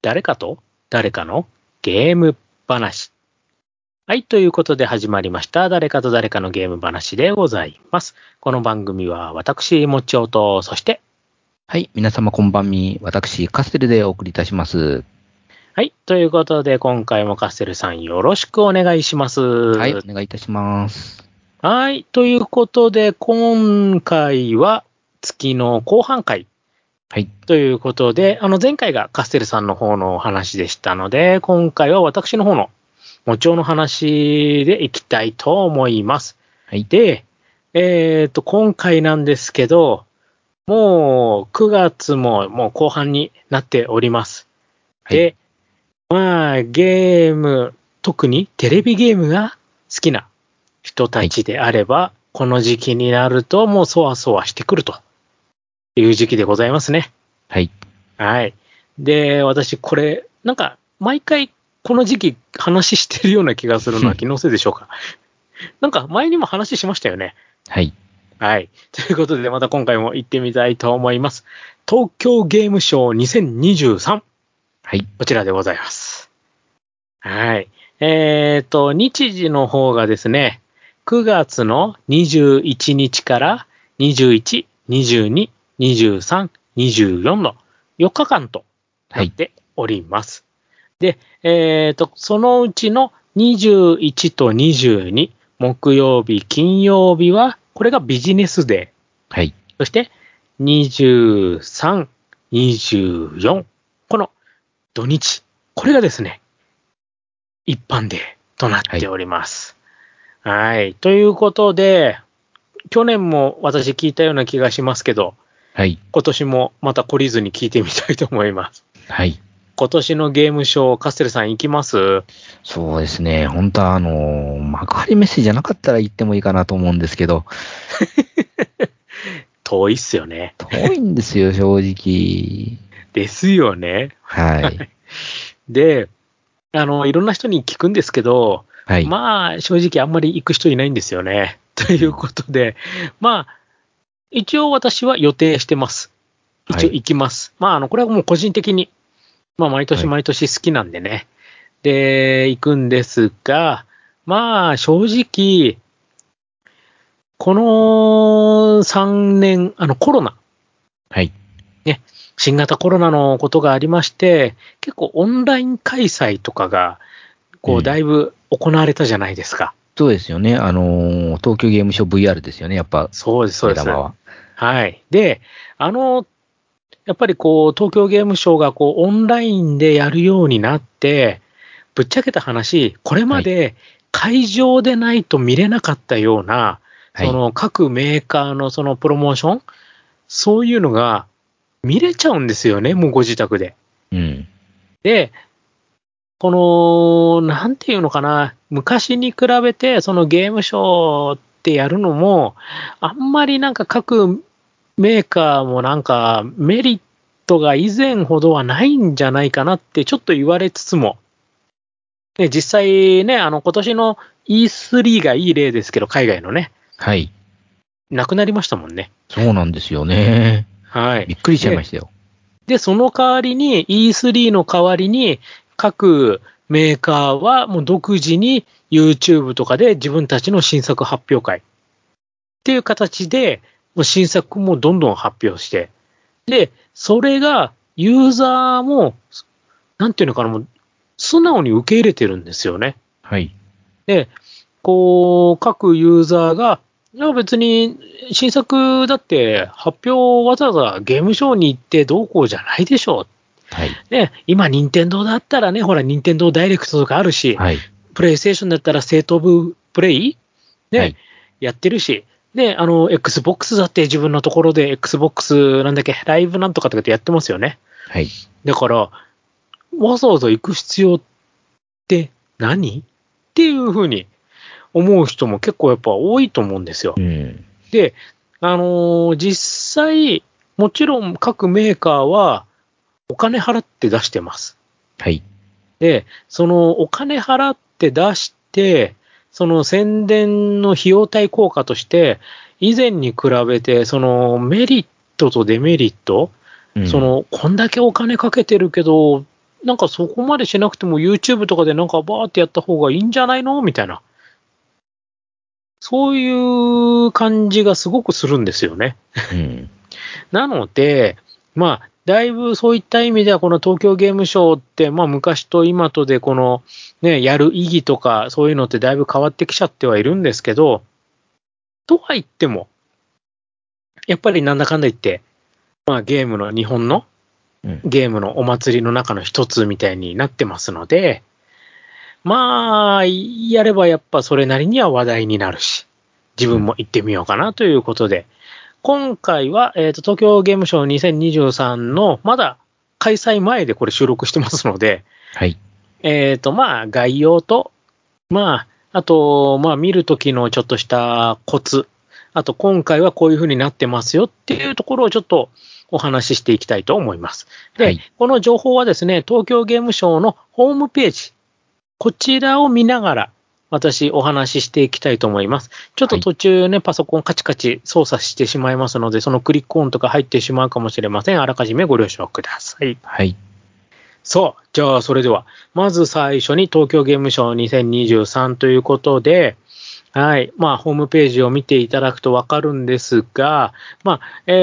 誰かと誰かのゲーム話。はい、ということで始まりました。誰かと誰かのゲーム話でございます。この番組は私、もちおと、そして、 はい、皆様こんばんみ。私、カステルでお送りいたします。 はい、ということで今回もカステルさんよろしくお願いします。 はい、お願いいたします。 はい、ということで今回は月の後半回。 はい。 ということで、前回がカステルさんの方のお話でしたので、今回は私の方のもちおの話でいきたいと思います。 はい。 で、今回なんですけど、もう9月ももう後半になっております。 はい。 で、まあゲーム、特にテレビゲームが好きな人たちであれば、この時期になるともうそわそわしてくるという時期でございますね。 はい。 はい。で、私これ、なんか毎回この時期話してるような気がするのは気のせいでしょうか。なんか前にも話しましたよね。 はい。 はい。ということで、また今回も行ってみたいと思います。東京ゲームショウ2023。 はい。 こちらでございます。はい。日時の方がですね、9月の21日から21、22、23、24の4日間となっております。で、そのうちの21と22、木曜日、金曜日は、これがビジネスデー。 はい。 そして、23、24、この土日。これがですね、一般デーとなっております。はい。ということで、去年も私聞いたような気がしますけど、 はい。 今年もまた懲りずに聞いてみたいと思います。 はい。 今年のゲームショー、カステルさん行きます？ そうですね。本当は幕張メッセじゃなかったら行ってもいいかなと思うんですけど。 遠いっすよね。 遠いんですよ、正直。 ですよね。 はい。 で、いろんな人に聞くんですけど、 はい。 まあ、正直あんまり行く人いないんですよね。ということで、まあ、一応私は予定してます。一応行きます。まあ、これはもう個人的に、まあ、毎年毎年好きなんでね。で、行くんですが、まあ、正直、この3年、コロナ。 はい。 ね、新型コロナのことがありまして、結構オンライン開催とかが、だいぶ行われたじゃないですか。 そうですよね。東京ゲームショウ VR ですよね、やっぱ。 そうです、そうです。 目玉は。 はい。で、やっぱり東京ゲームショウがオンラインでやるようになって、ぶっちゃけた話、これまで会場でないと見れなかったような、 はい、 その各メーカーのそのプロモーション、そういうのが見れちゃうんですよね、もうご自宅で。 うん。 で、なんていうのかな、昔に比べて、そのゲームショーってやるのも、あんまりなんか各メーカーもなんかメリットが以前ほどはないんじゃないかなってちょっと言われつつも、で実際ね、今年の E3 がいい例ですけど、海外のね、 はい。 なくなりましたもんね。 そうなんですよね。 はい。 びっくりしちゃいましたよ。 で、その代わりに E3 の代わりに各メーカーはもう独自に YouTube とかで自分たちの新作発表会っていう形でもう新作もどんどん発表して、で、それがユーザーもなんていうのかな、もう素直に受け入れてるんですよね。 はい。 で、各ユーザーが、いや別に新作だって発表わざわざゲームショーに行ってどうこうじゃないでしょう。 はい。 ね、今、任天堂だったらね、ほら、任天堂ダイレクトとかあるし、 はい。 プレイステーションだったらステートオブプレイね、 はい。 やってるし、で、Xbox だって自分のところで Xbox なんだっけ、ライブなんとかとかってやってますよね。 はい。 だから、わざわざ行く必要って何っていうふうに思う人も結構やっぱ多いと思うんですよ。 うん。 で、実際、もちろん各メーカーはお金払って出してます。 はい。 で、そのお金払って出して、その宣伝の費用対効果として、以前に比べて、そのメリットとデメリット、 うん。 こんだけお金かけてるけど、 なんかそこまでしなくても YouTube とかでなんかバーってやった方がいいんじゃないのみたいな。そういう感じがすごくするんですよね。 うん。 なので、まあ、だいぶそういった意味では、この東京ゲームショウって、まあ、昔と今とで、この、ね、やる意義とか、そういうのってだいぶ変わってきちゃってはいるんですけど、とは言っても、やっぱりなんだかんだ言って、まあ、ゲームの、日本のうん。 ゲームのお祭りの中の一つみたいになってますので、まあ、やればやっぱそれなりには話題になるし、自分も行ってみようかなということで、今回は、東京ゲームショウ2023のまだ開催前でこれ収録してますので、 はい。 まあ概要と、まあ、あと、まあ見るときのちょっとしたコツ、あと今回はこういう風になってますよっていうところをちょっとお話ししていきたいと思います。で、 はい。 この情報はですね、東京ゲームショウのホームページ、こちらを見ながら、私お話ししていきたいと思います。ちょっと途中ね、パソコンカチカチ操作してしまいますので、そのクリック音とか入ってしまうかもしれません。あらかじめご了承ください。 はい。 そう。じゃあ、それでは、まず最初に東京ゲームショウ2023ということで、はい。まあ、ホームページを見ていただくとわかるんですが、まあ、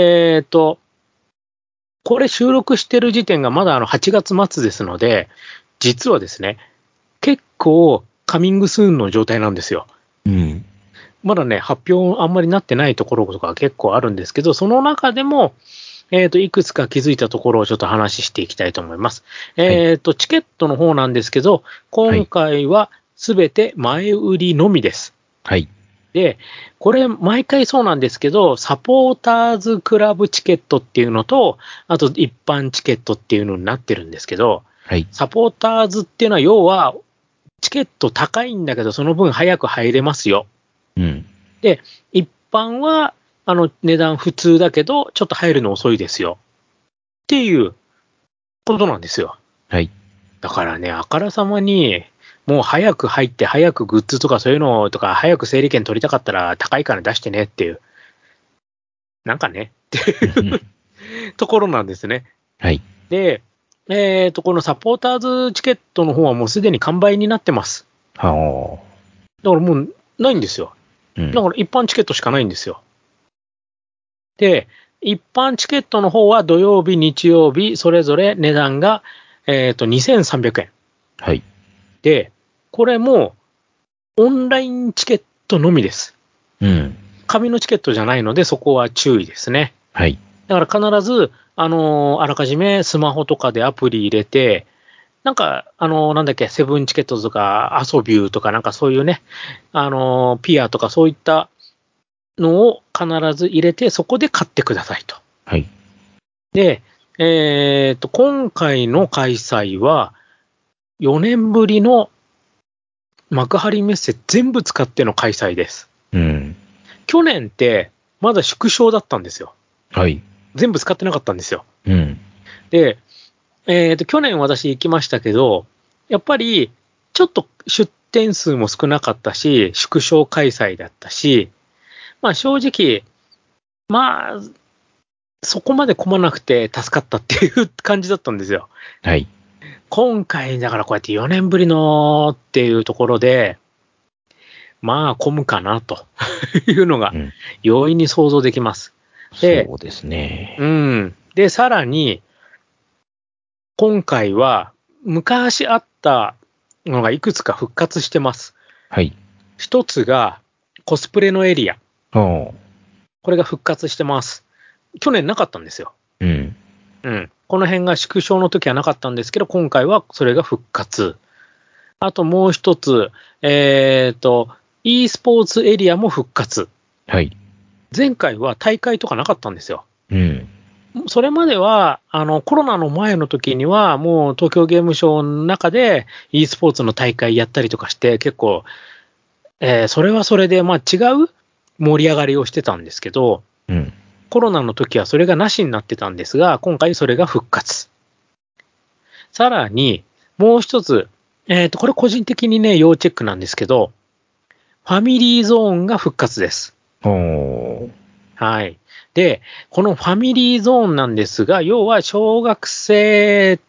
これ収録してる時点がまだ8月末ですので、実はですね、結構カミングスーンの状態なんですよ。 うん。 まだね、発表あんまりなってないところとか結構あるんですけど、その中でも、いくつか気づいたところをちょっと話していきたいと思います。チケットの方なんですけど、今回はすべて前売りのみです。 はい。 で、これ毎回そうなんですけど、サポーターズクラブチケットっていうのと、あと一般チケットっていうのになってるんですけど、 はい。 サポーターズっていうのは要は、チケット高いんだけど、その分早く入れますよ。 うん。 で、一般は、値段普通だけど、ちょっと入るの遅いですよ。っていうことなんですよ。 はい。 だからね、あからさまに、もう早く入って、早くグッズとかそういうのとか、早く整理券取りたかったら高いから出してねっていう、なんかね、っていうところなんですね。 はい。 で、このサポーターズチケットの方はもうすでに完売になってます。 はだからもうないんですよ。 あ。うん。 だから一般チケットしかないんですよ。で、一般チケットの方は土曜日、日曜日、それぞれ値段が、2300円。 はい。 で、これもオンラインチケットのみです。 うん。 紙のチケットじゃないので、そこは注意ですね。 はい。 だから必ず、あらかじめスマホとかでアプリ入れて、なんか、なんだっけ、セブンチケットとか、アソビューとか、なんかそういうね、ピアとかそういったのを必ず入れて、そこで買ってくださいと。 はい。 で、今回の開催は、4年ぶりの幕張メッセ全部使っての開催です。 うん。 去年って、まだ縮小だったんですよ。 はい。 全部使ってなかったんですよ。 うん。 で、去年私行きましたけど、やっぱり、ちょっと出店数も少なかったし、縮小開催だったし、まあ正直、まあ、そこまで混まなくて助かったっていう感じだったんですよ。 はい。 今回、だからこうやって4年ぶりのっていうところで、まあ混むかなというのがうん。 容易に想像できます。で、 そうですね。 うん。で、さらに、今回は昔あったのがいくつか復活してます。 はい。 一つがコスプレのエリア。 おー。 これが復活してます。去年なかったんですよ。 うん。 うん。この辺が縮小の時はなかったんですけど、今回はそれが復活。あともう一つ、e スポーツエリアも復活。 はい。 前回は大会とかなかったんですよ。 うん。 それまでは、コロナの前の時には、もう東京ゲームショウの中で e スポーツの大会やったりとかして、結構、それはそれで、まあ違う盛り上がりをしてたんですけど、 うん。 コロナの時はそれがなしになってたんですが、今回それが復活。さらに、もう一つ、これ個人的にね、要チェックなんですけど、ファミリーゾーンが復活です。 おー。 はい。で、このファミリーゾーンなんですが、要は小学生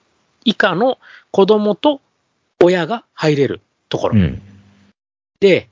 以下の子供と親が入れるところ。 うん。 で、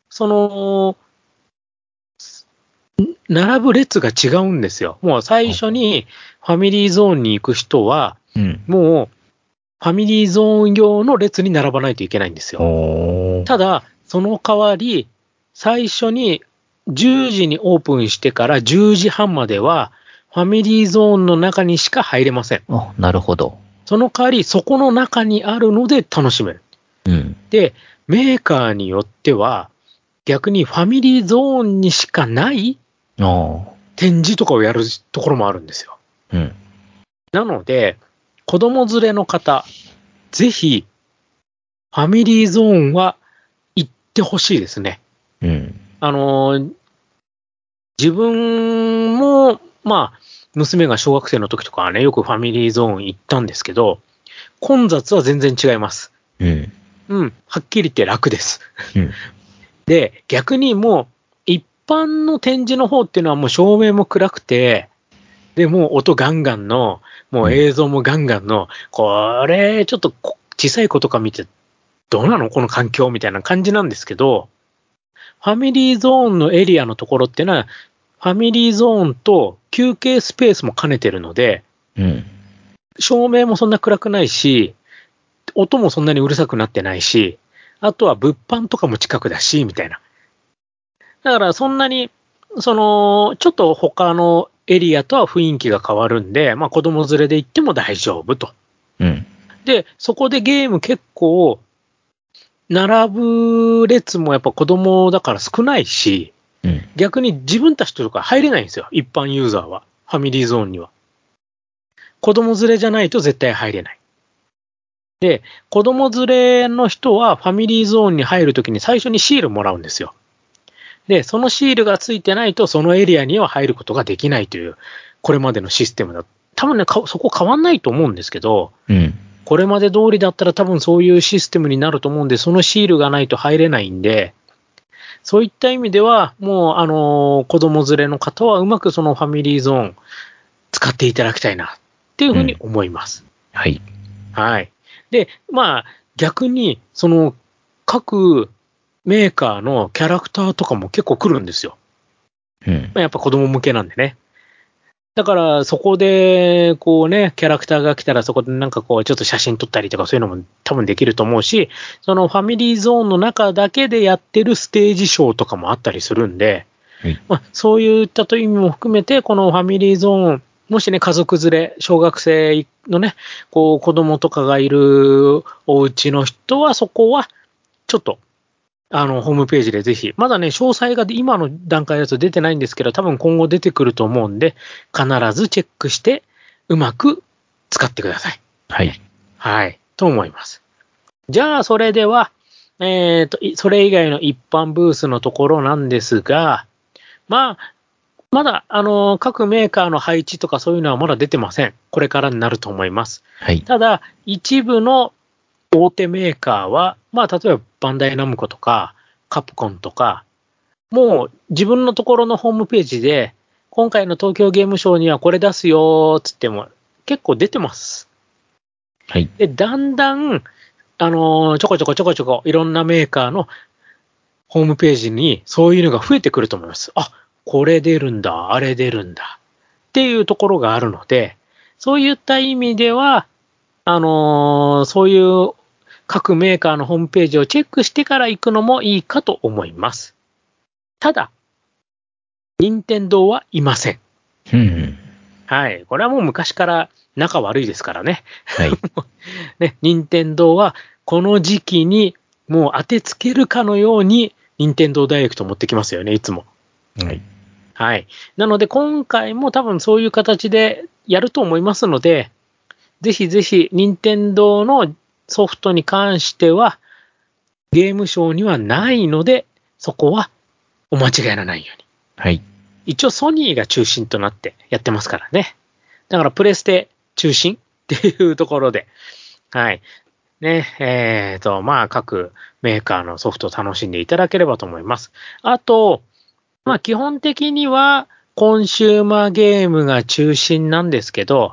並ぶ列が違うんですよ。もう最初にファミリーゾーンに行く人は、 うん。 もうファミリーゾーン用の列に並ばないといけないんですよ。 おー。 ただ、その代わり、最初に10時にオープンしてから10時半までは、ファミリーゾーンの中にしか入れません。 あ、なるほど。 その代わり、そこの中にあるので楽しめる。 うん。 で、メーカーによっては、逆にファミリーゾーンにしかないああ。 展示とかをやるところもあるんですよ。 うん。 なので、子供連れの方、ぜひ、ファミリーゾーンは行ってほしいですね。 うん。 自分も、まあ、娘が小学生の時とかはね、よくファミリーゾーン行ったんですけど、混雑は全然違います。 うん。 うん、はっきり言って楽です。 うん。 で、逆にもう、一般の展示の方っていうのはもう照明も暗くて、で、もう音ガンガンの、もう映像もガンガンの、これ、ちょっと小さい子とか見て、どうなのこの環境みたいな感じなんですけど、ファミリーゾーンのエリアのところっていうのは、ファミリーゾーンと休憩スペースも兼ねてるので、 うん。 照明もそんな暗くないし、音もそんなにうるさくなってないし、あとは物販とかも近くだし、みたいな。だからそんなに、ちょっと他のエリアとは雰囲気が変わるんで、まあ子供連れで行っても大丈夫と。 うん。 で、そこでゲーム結構、並ぶ列もやっぱ子供だから少ないし、 うん。 逆に自分たちとか入れないんですよ。一般ユーザーは。ファミリーゾーンには。子供連れじゃないと絶対入れない。で、子供連れの人はファミリーゾーンに入るときに最初にシールもらうんですよ。で、そのシールがついてないとそのエリアには入ることができないという、これまでのシステムだ。多分ね、そこ変わんないと思うんですけど、 うん。 これまで通りだったら多分そういうシステムになると思うんで、そのシールがないと入れないんで、そういった意味では、もう、子供連れの方はうまくそのファミリーゾーン使っていただきたいなっていうふうに思います。 はい。 はい。で、まあ、逆に、各メーカーのキャラクターとかも結構来るんですよ。 うん。 まあ、やっぱ子供向けなんでね。だから、そこで、こうね、キャラクターが来たらそこでなんかこう、ちょっと写真撮ったりとかそういうのも多分できると思うし、そのファミリーゾーンの中だけでやってるステージショーとかもあったりするんで、 はい。 まあ、そういったという意味も含めて、このファミリーゾーン、もしね、家族連れ、小学生のね、こう、子供とかがいるお家の人は、そこは、ちょっと、ホームページでぜひ、まだね、詳細が今の段階だと出てないんですけど、多分今後出てくると思うんで、必ずチェックして、うまく使ってください。 はい。 はい。と思います。じゃあ、それでは、それ以外の一般ブースのところなんですが、まあ、まだ、各メーカーの配置とかそういうのはまだ出てません。これからになると思います。 はい。 ただ、一部の大手メーカーは、まあ、例えばバンダイナムコとか、カプコンとか、もう自分のところのホームページで、今回の東京ゲームショウにはこれ出すよーつっても結構出てます。 はい。 で、だんだん、ちょこちょこちょこちょこいろんなメーカーのホームページにそういうのが増えてくると思います。あ、これ出るんだ、あれ出るんだっていうところがあるので、そういった意味では、そういう各メーカーのホームページをチェックしてから行くのもいいかと思います。ただ、任天堂はいません。 うん。 はい。これはもう昔から仲悪いですからね。 はい。 ね、任天堂はこの時期にもう当てつけるかのように任天堂ダイレクト持ってきますよね、いつも。 はい。 はい。なので今回も多分そういう形でやると思いますので、ぜひぜひ任天堂のソフトに関してはゲームショーにはないので、そこはお間違いのないように。 はい。 一応ソニーが中心となってやってますからね。だからプレステ中心っていうところで、はい。ね、まあ各メーカーのソフトを楽しんでいただければと思います。あと、まあ基本的にはコンシューマーゲームが中心なんですけど、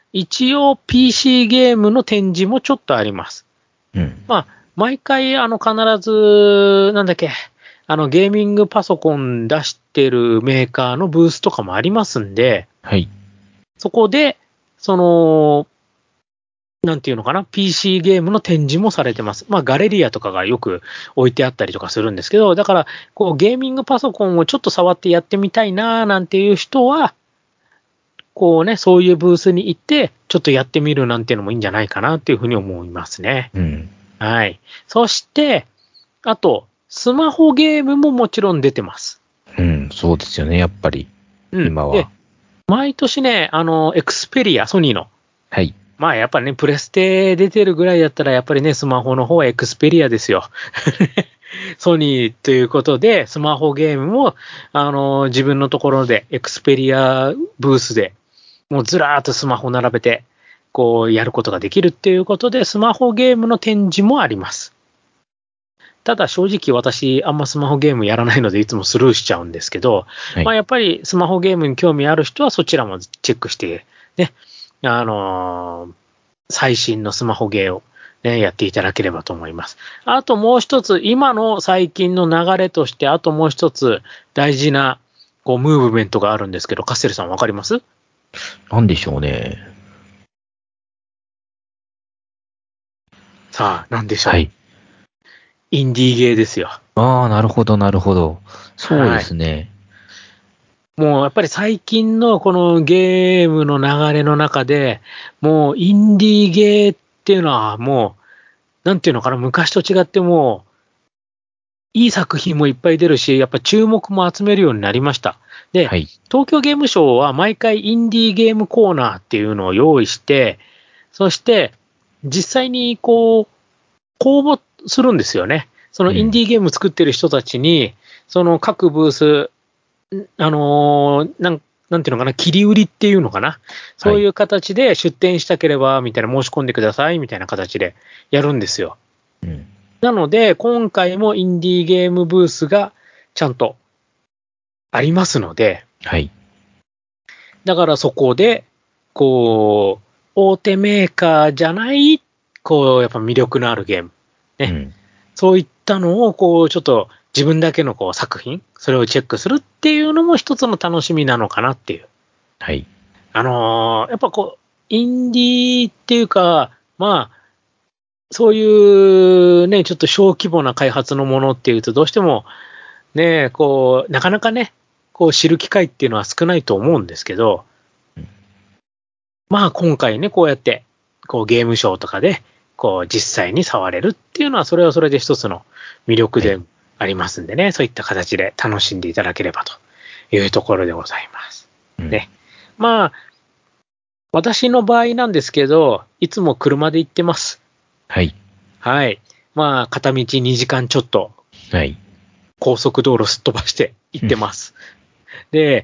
一応 PC ゲームの展示もちょっとあります。 うん。 まあ、毎回必ず、なんだっけ、ゲーミングパソコン出してるメーカーのブースとかもありますんで、 はい。 そこで、なんていうのかな、PC ゲームの展示もされてます。まあ、ガレリアとかがよく置いてあったりとかするんですけど、だから、こう、ゲーミングパソコンをちょっと触ってやってみたいなーなんていう人は、こうね、そういうブースに行って、ちょっとやってみるなんていうのもいいんじゃないかなっていうふうに思いますね。 うん。 はい。そして、あと、スマホゲームももちろん出てます。 うん、そうですよね、やっぱり。 うん。で、 今は。 毎年ね、エクスペリア、ソニーの、 はい。 まあやっぱね、プレステ出てるぐらいだったら、やっぱりね、スマホの方はエクスペリアですよ。ソニーということで、スマホゲームも、自分のところで、エクスペリアブースで、もうずらーっとスマホ並べて、こう、やることができるっていうことで、スマホゲームの展示もあります。ただ正直私、あんまスマホゲームやらないので、いつもスルーしちゃうんですけど、 はい。 まあやっぱりスマホゲームに興味ある人はそちらもチェックして、ね、最新のスマホゲーを、ね、やっていただければと思います。あともう一つ、今の最近の流れとして、あともう一つ大事な、こう、ムーブメントがあるんですけど、カッセルさんわかります？ なんでしょうね。 さあ、なんでしょう。 はい。 インディーゲーですよ。 ああ、なるほど、なるほど。そうではい。 すね。 もうやっぱり最近のこのゲームの流れの中で、もうインディーゲーっていうのはもう、なんていうのかな、昔と違ってもう、いい作品もいっぱい出るし、やっぱ注目も集めるようになりました。で、 はい。 東京ゲームショウは毎回インディーゲームコーナーっていうのを用意して、そして実際にこう、公募するんですよね。そのインディーゲーム作ってる人たちに、その各ブース、なんていうのかな、切り売りっていうのかな。 はい。 そういう形で出店したければ、みたいな申し込んでください、みたいな形でやるんですよ。 うん。 なので、今回もインディーゲームブースがちゃんとありますので、 はい。 だからそこで、こう、大手メーカーじゃない、こう、やっぱ魅力のあるゲーム。ね。 うん。 そういったのを、こう、ちょっと自分だけのこう作品、それをチェックするっていうのも一つの楽しみなのかなっていう。 はい。 やっぱこう、インディーっていうか、まあ、そういうね、ちょっと小規模な開発のものっていうと、どうしてもね、こう、なかなかね、こう知る機会っていうのは少ないと思うんですけど、まあ今回ね、こうやって、こうゲームショーとかで、こう実際に触れるっていうのは、それはそれで一つの魅力でありますんでね、そういった形で楽しんでいただければというところでございます。 うん。 ね。まあ、私の場合なんですけど、いつも車で行ってます。 はい。 はい。まあ、片道2時間ちょっと、 はい。 高速道路すっ飛ばして行ってます。で、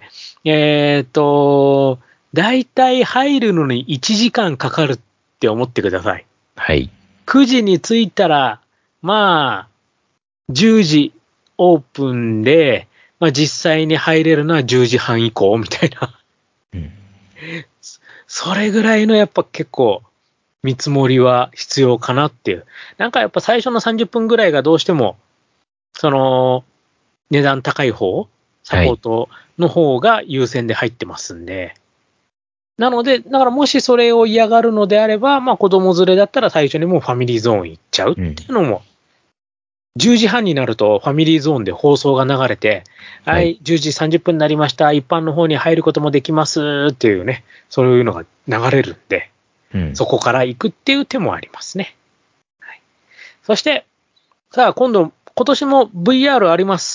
だいたい入るのに1時間かかるって思ってください。 はい。 9時に着いたら、まあ、10時オープンで、まあ実際に入れるのは10時半以降みたいな。 うん。 それぐらいのやっぱ結構見積もりは必要かなっていう。なんかやっぱ最初の30分ぐらいがどうしても、その、値段高い方、サはい。 ポートの方が優先で入ってますんで。なので、だからもしそれを嫌がるのであれば、まあ子供連れだったら最初にもうファミリーゾーン行っちゃうっうん。 ていうのも、10時半になるとファミリーゾーンで放送が流れて、 はい。 はい、10時30分になりました、一般の方に入ることもできますっていうね、そういうのが流れるんで、 うん。 そこから行くっていう手もありますね。はい、そして、さあ今年も VR あります。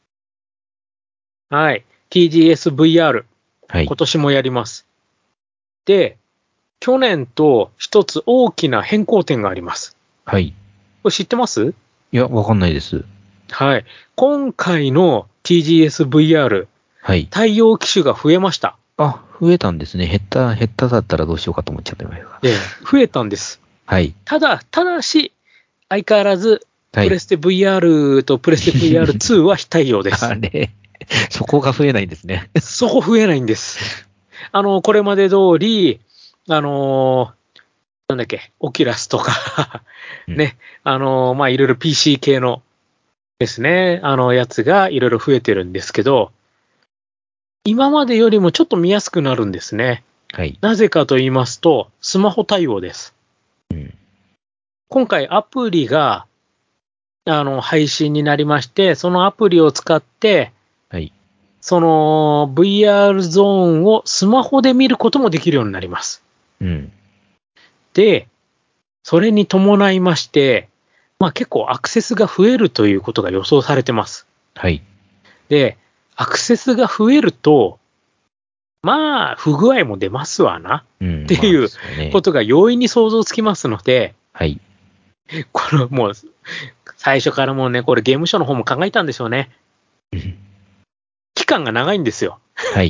はい。TGS VR。 はい。 今年もやります。で、去年と一つ大きな変更点があります。 はい。 これ知ってます？ いや、わかんないです。 はい。今回の TGSVR、 はい。 対応機種が増えました。 あ、増えたんですね。減っただったらどうしようかと思っちゃってました。 増えたんです。 はい。 ただし、相変わらず、 はい。 プレステ VR とプレステ VR2 は非対応です。 あれ、そこが増えないんですね。 そこ増えないんです。これまで通り、 なんだっけ、オキュラスとかうんね、まあ、いろいろ PC 系のですね、やつがいろいろ増えてるんですけど、今までよりもちょっと見やすくなるんですね。 はい。 なぜかと言いますと、スマホ対応です。 うん。 今回アプリが、配信になりまして、そのアプリを使って、 はい。 その VR ゾーンをスマホで見ることもできるようになります。 うん。 で、それに伴いまして、まあ結構アクセスが増えるということが予想されてます。 はい。 で、アクセスが増えると、まあ不具合も出ますわなうん。 っていうそうね。 ことが容易に想像つきますので、 はい。 これもう最初からもうね、これゲームショーの方も考えたんでしょうね。 うん。 期間が長いんですよ。 はい。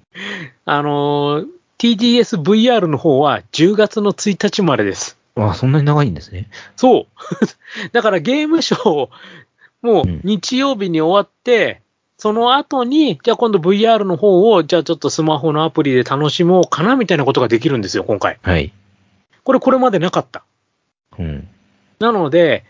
TGSVR の方は10月の1日までです。 あ、そんなに長いんですね。 そう。だからゲームショー、もううん。 日曜日に終わって、その後に、じゃあ今度 VR の方を、じゃあちょっとスマホのアプリで楽しもうかなみたいなことができるんですよ、今回。 はい。 これまでなかった。 うん。 なので、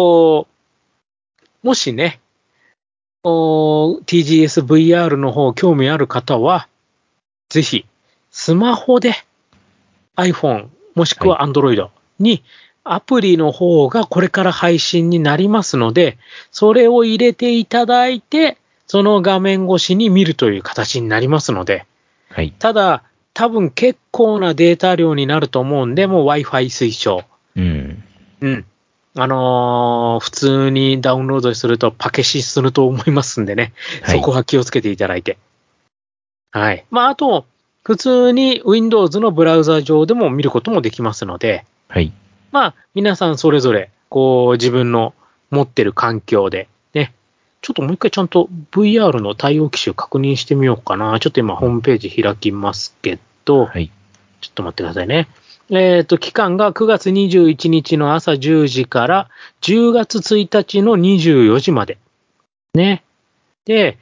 もしね、TGSVR の方興味ある方は、ぜひ、スマホで iPhone もしくは Android にアプリの方がこれから配信になりますので、それを入れていただいて、その画面越しに見るという形になりますので、 はい。 ただ、多分結構なデータ量になると思うんで、もう Wi-Fi 推奨。 うん。 うん。普通にダウンロードするとパケシすると思いますんでね、 はい。 そこは気をつけていただいて。はい。まあ、あと、普通に Windows のブラウザ上でも見ることもできますので、 はい。 まあ、皆さんそれぞれ、自分の持ってる環境で、ね、ちょっともう一回ちゃんと VR の対応機種確認してみようかな。ちょっと今ホームページ開きますけど、 はい。 ちょっと待ってくださいね。期間が9月21日の朝10時から10月1日の24時まで。ね。で、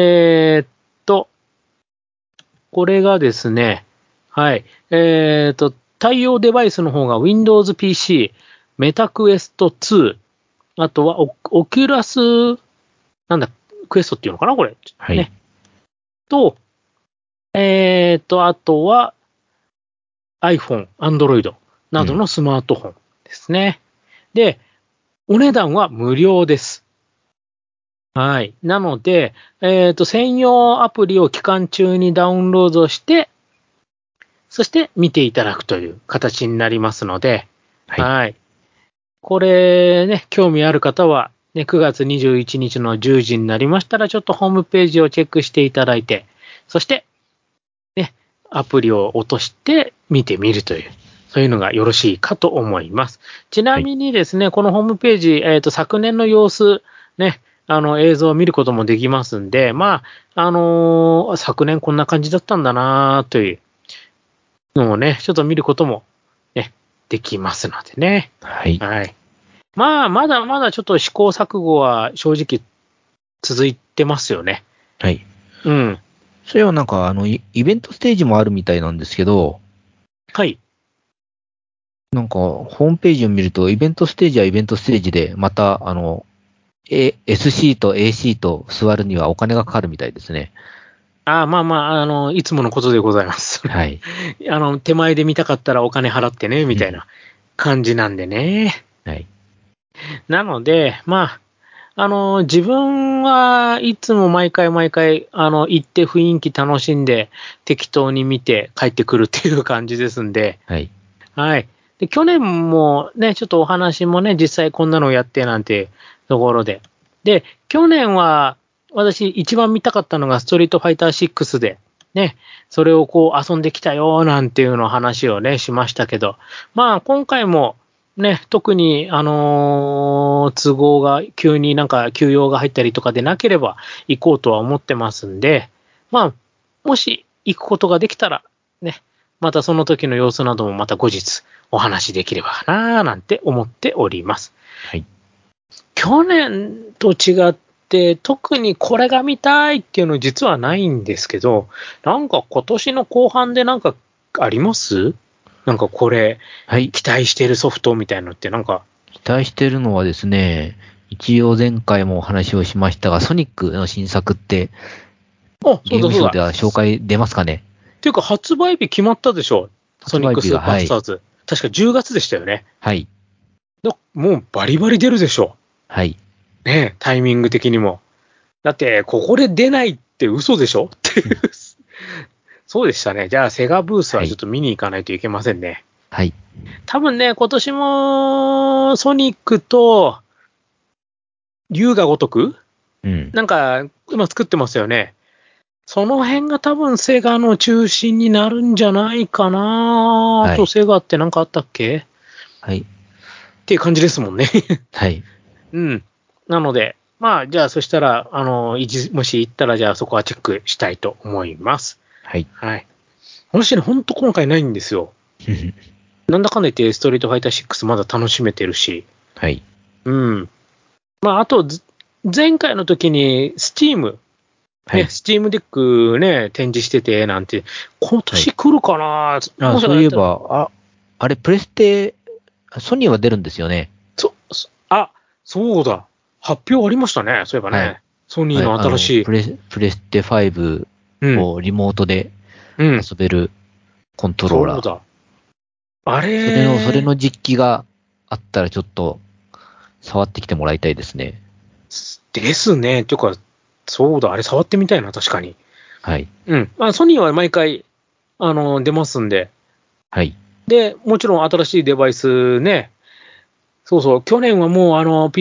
これがですね、はい。対応デバイスの方が Windows PC、MetaQuest 2、あとはOculus、なんだ、クエストっていうのかなこれ。 はい。 ね。と、あとは iPhone、Android などのスマートフォンですね。で、お値段は無料です。はい。なので、専用アプリを期間中にダウンロードして、そして見ていただくという形になりますので、 はい。 はい。これね、興味ある方は、ね、9月21日の10時になりましたら、ちょっとホームページをチェックしていただいて、そして、ね、アプリを落として見てみるという、そういうのがよろしいかと思います。ちなみにですね、このホームページ、昨年の様子、ね、映像を見ることもできますんで、まあ、昨年こんな感じだったんだなというのをね、ちょっと見ることも、ね、できますのでね。 はい。 はい。まあ、まだまだちょっと試行錯誤は正直続いてますよね。 はい。 うん。 それはなんか、イベントステージもあるみたいなんですけど、 はい。 なんか、ホームページを見ると、イベントステージはイベントステージで、また、S シート、A シート座るにはお金がかかるみたいですね。 まあまあ、いつものことでございます。 はい。 手前で見たかったらお金払ってね、みたいな感じなんでね。 はい。 なので、まあ、自分はいつも毎回毎回、行って雰囲気楽しんで、適当に見て帰ってくるっていう感じですんで、 はい。 はい。で、去年もね、ちょっとお話もね、実際こんなのやってなんてところで。で、去年は私一番見たかったのがストリートファイター6で、ね、それを遊んできたよなんていうの話をね、しましたけど、まあ今回もね、特に都合が急になんか休養が入ったりとかでなければ行こうとは思ってますんで、まあ、もし行くことができたら、ね、またその時の様子などもまた後日お話しできればなぁなんて思っております。 はい。 去年と違って特にこれが見たいっていうの実はないんですけど、なんか今年の後半でなんかありますなんかこれ、 はい。 期待してるソフトみたいなのってなんか。 期待してるのはですね、一応前回もお話をしましたが、ソニックの新作ってあ、そうゲーだそうだ。 ムショーでは紹介出ますかね？ っていうか発売日決まったでしょ。ソニックスー発売日が、はい。 パースターズ。確か10月でしたよね。 はい。 もうバリバリ出るでしょ。 はい。 ねえ、タイミング的にも。だって、ここで出ないって嘘でしょっていう。そうでしたね。じゃあ、セガブースはい。 はちょっと見に行かないといけませんね。 はい。 多分ね、今年も、ソニックと、龍が如くうん。 なんか、今作ってますよね。その辺が多分セガの中心になるんじゃないかな。あと、 はい。 セガってなんかあったっけはい。 っていう感じですもんね。 はい。 うん。なので、まあ、じゃあ、そしたら、もし行ったら、じゃあ、そこはチェックしたいと思います。 はい。 はい。私ね、ほんと今回ないんですよ。なんだかんだ言って、ストリートファイター6まだ楽しめてるし。 はい。 うん。まあ、あと、前回の時に、スチーム、ね、 はい。 スチームデックね、展示してて、なんて、今はい。 年来るかなあ、 もしかしたら、 そういえば、あれ、プレステ、ソニーは出るんですよね。 あ、そうだ。発表ありましたね、そういえばはい。 ね。ソニーはい。 の新しい。 プレステ5 うん、 をリモートでうん、 遊べるコントローラー。 そうだ。あそれれ、 の実機があったらちょっと触ってきてもらいたいですね。 ですね。ていうか、そうだ、あれ触ってみたいな、確かに。 はい。 うん。まあ、ソニーは毎回、出ますんで。 はい。 で、もちろん新しいデバイスね。そうそう、去年はもう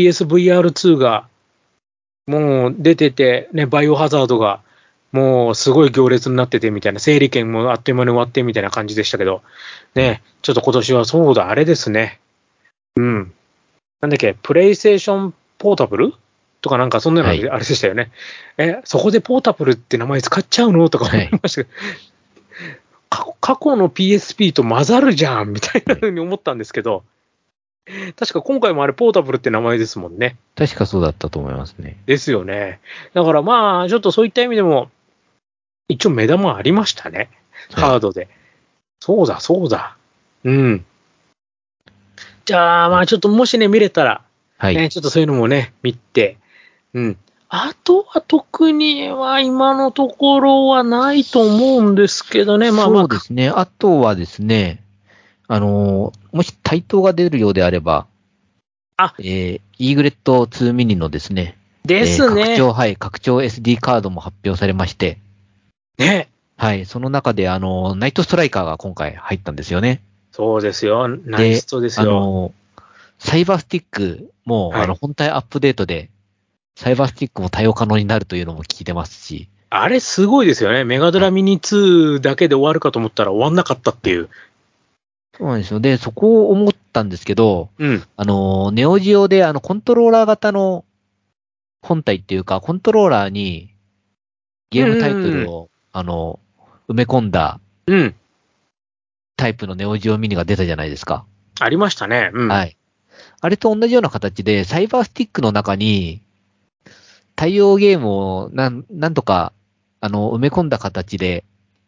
PSVR2 がもう出てて、ね、バイオハザードがもうすごい行列になっててみたいな、整理券もあっという間に終わってみたいな感じでしたけど、ね、ちょっと今年はそうだ、あれですね。うん。なんだっけ、プレイステーションポータブルとかなんかそんなのはい。 あれでしたよね。そこでポータブルって名前使っちゃうのとか思いはい。 ましたけど、過去の PSP と混ざるじゃんみたいなはい。 風に思ったんですけど、確か今回もあれポータブルって名前ですもんね。 確かそうだったと思いますね。 ですよね。だからまあ、ちょっとそういった意味でも、一応目玉ありましたね。 はい。 ハードで。そうだ、そうだ。うん。じゃあ、まあちょっともしね、見れたら、 はい。 ね、ちょっとそういうのもね、見て、うん。あとは特には今のところはないと思うんですけどね。まあまあ、 そうですね。あとはですね、もし対等が出るようであれば、 あ、 イーグレット2ミニのですね、 ですね。 はい、拡張 SD カードも発表されまして、 ね。 はい、その中でナイトストライカーが今回入ったんですよね。 そうですよ。ナイスで、 トですよ。 サイバースティックも、 はい。 本体アップデートで、サイバースティックも対応可能になるというのも聞いてますし、 あれすごいですよね。メガドはい。 ラミニ2だけで終わるかと思ったら終わんなかったっていう。 そうなんですよ。で、そこを思ったんですけど、 うん。 ネオジオでコントローラー型の本体っていうか、コントローラーにうんゲームタイトうんうん。 ルを、埋め込んだうん。 タイプのネオジオミニが出たじゃないですか。 ありましたね。うん。 はい。あれと同じような形で、サイバースティックの中に、対応ゲームをなんとか、埋め込んだ形で、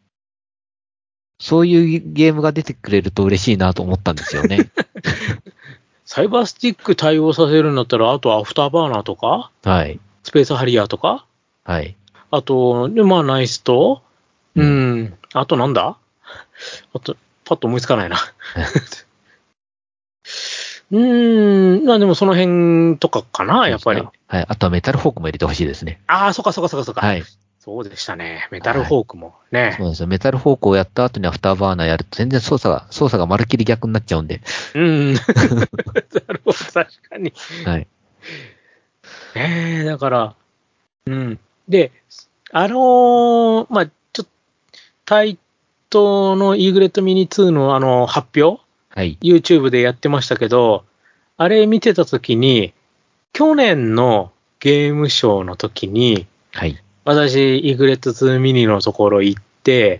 そういうゲームが出てくれると嬉しいなと思ったんですよね。 サイバースティック対応させるんだったら、あとアフターバーナーとか、 はい。 スペースハリアーとか、 はい。 あと、で、まあ、ナイスと、ううん。 ん、あとなんだあと、パッと思いつかないな。まあでもその辺とかかな、 そうですね。 やっぱり。 はい。あとはメタルフォークも入れてほしいですね。 ああ、そっかそっかそっかそっか。 はい。 そうでしたね。メタルはい。 フォークもね。 そうなんですよ。メタルフォークをやった後にアフターバーナーやると全然操作がまるっきり逆になっちゃうんで。 うん。なるほど、確かに。 はい。 だから、うん。で、まあ、ちょっと、タイトのイーグレットミニ2の発表はい。 YouTube でやってましたけど、あれ見てたときに、去年のゲームショーの時に、 はい。 私、イグレット2ミニのところ行って、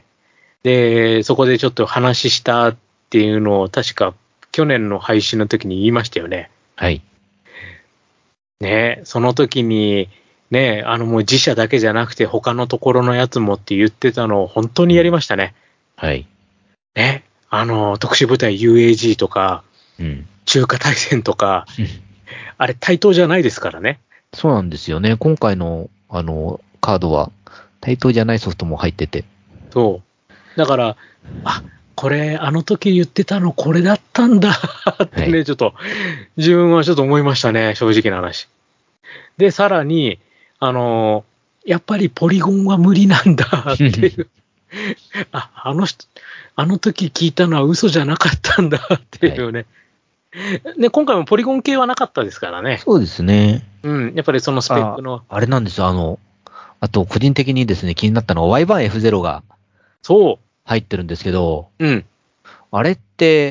で、そこでちょっと話したっていうのを確か去年の配信の時に言いましたよね。 はい。 ね、その時に、ね、もう自社だけじゃなくて他のところのやつもって言ってたのを本当にやりうん。 ましたね。 はい。 ね、特殊部隊 UAG とか、 うん。 中華大戦とか、あれ対等じゃないですからね。 そうなんですよね。今回の、カードは、対等じゃないソフトも入ってて。 そう。だから、あ、これ、あの時言ってたのこれだったんだってね、 はい。 ちょっと、自分はちょっと思いましたね、正直な話。で、さらに、やっぱりポリゴンは無理なんだっていう、あの時聞いたのは嘘じゃなかったんだってはい。 いうね。で、今回もポリゴン系はなかったですからね。 そうですね。 うん、やっぱりそのスペックの、 あれなんですよ。あと、個人的にですね、気になったのは Y1F0 がそ入ってるんですけど、 う、うん。 あれって、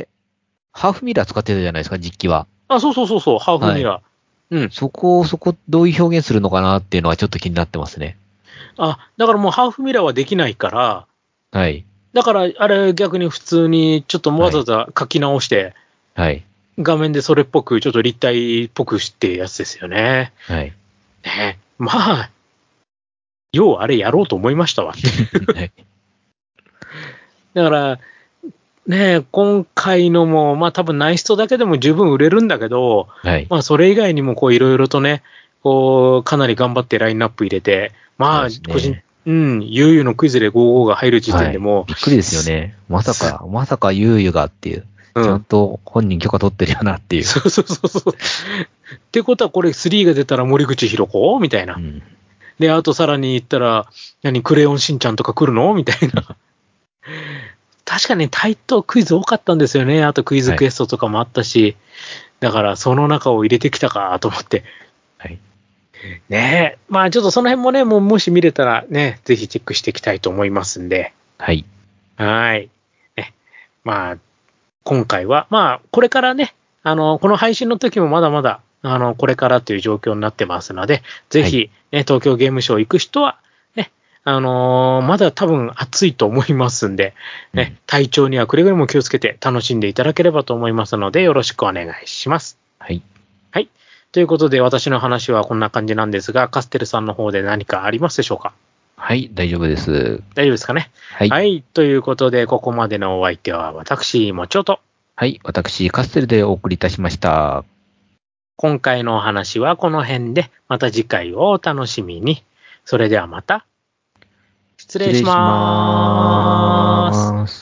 ハーフミラー使ってたじゃないですか、実機は。 あ、そうそうそうそう、ハーフはい。 ミラー。うん。 そこ、どういう表現するのかなっていうのはちょっと気になってますね。 だからもうハーフミラーはできないから、 はい。 だからあれ逆に普通にちょっとわはい。 ざわざ書き直して、 はい。 画面でそれっぽく、ちょっと立体っぽくしてやつですよね。 はい。 ね。まあ、ようあれやろうと思いましたわって。 はい。 だから、ね、今回のも、まあ多分ナイストだけでも十分売れるんだけど、 はい。 まあそれ以外にもこういろいろとね、こう、かなり頑張ってラインナップ入れて、 そうまあですね。 うん、悠々のクイズで55が入る時点はい。 でもびっくりですよす、 ね。まさす、 か、ゆうゆがっていう。 うん。 ちゃんと本人許可取ってるよなっていう。 そうそうそうそう。ってことはこれ3が出たら森口博子みたいな。 うん。 で、あとさらに言ったら、クレヨンしんちゃんとか来るのみたいな。確かに対等クイズ多かったんですよね。あとクイズはい。 クエストとかもあったし。だからその中を入れてきたかと思って。 はい。 ねえ。まあちょっとその辺もね、もし見れたらね、ぜひチェックしていきたいと思いますんで。 はい。 はい。ね。まあ今回は、まあこれからね、この配信の時もまだまだ、これからという状況になってますので、ぜはい。 ひ、ね、東京ゲームショウ行く人は、ね、まだ多分暑いと思いますんで、ね、 うん。 体調にはくれぐれも気をつけて楽しんでいただければと思いますので、よろしくお願いします。 はい。 はい。ということで、私の話はこんな感じなんですが、カステルさんの方で何かありますでしょうか？ はい。大丈夫です。 大丈夫ですかね？ はい。 はい。ということで、ここまでのお相手は私、もちおと。 はい。私、カステルでお送りいたしました。 今回のお話はこの辺で、また次回をお楽しみに。それではまた。失礼し失礼します。 ます。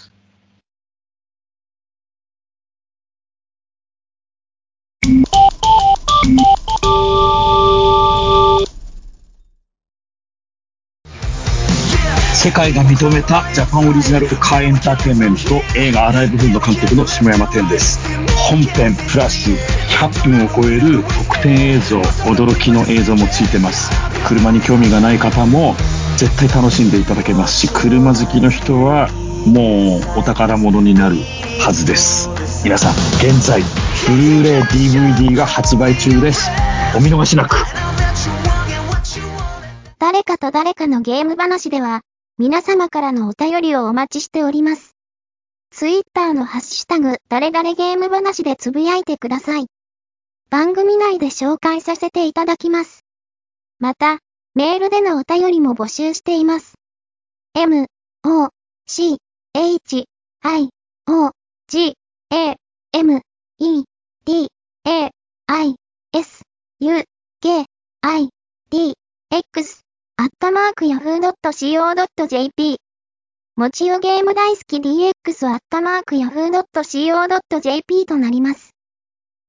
世界が認めたジャパンオリジナルカーエンターテインメント映画アライブフード監督の下山天です。本編プラス100分を超える特典映像、驚きの映像もついてます。車に興味がない方も絶対楽しんでいただけますし、車好きの人はもうお宝物になるはずです。皆さん現在ブルーレイ DVD が発売中です。お見逃しなく。 誰かと誰かのゲーム話では、皆様からのお便りをお待ちしております。ツイッターのハッシュタグ、誰々ゲーム話でつぶやいてください。番組内で紹介させていただきます。また、メールでのお便りも募集しています。m, o, c, h, i, o, g, a, m, e, d, a, i, s, u, k, i, d, x @yahoo.co.jp もちよゲーム大好き DX @yahoo.co.jp となります。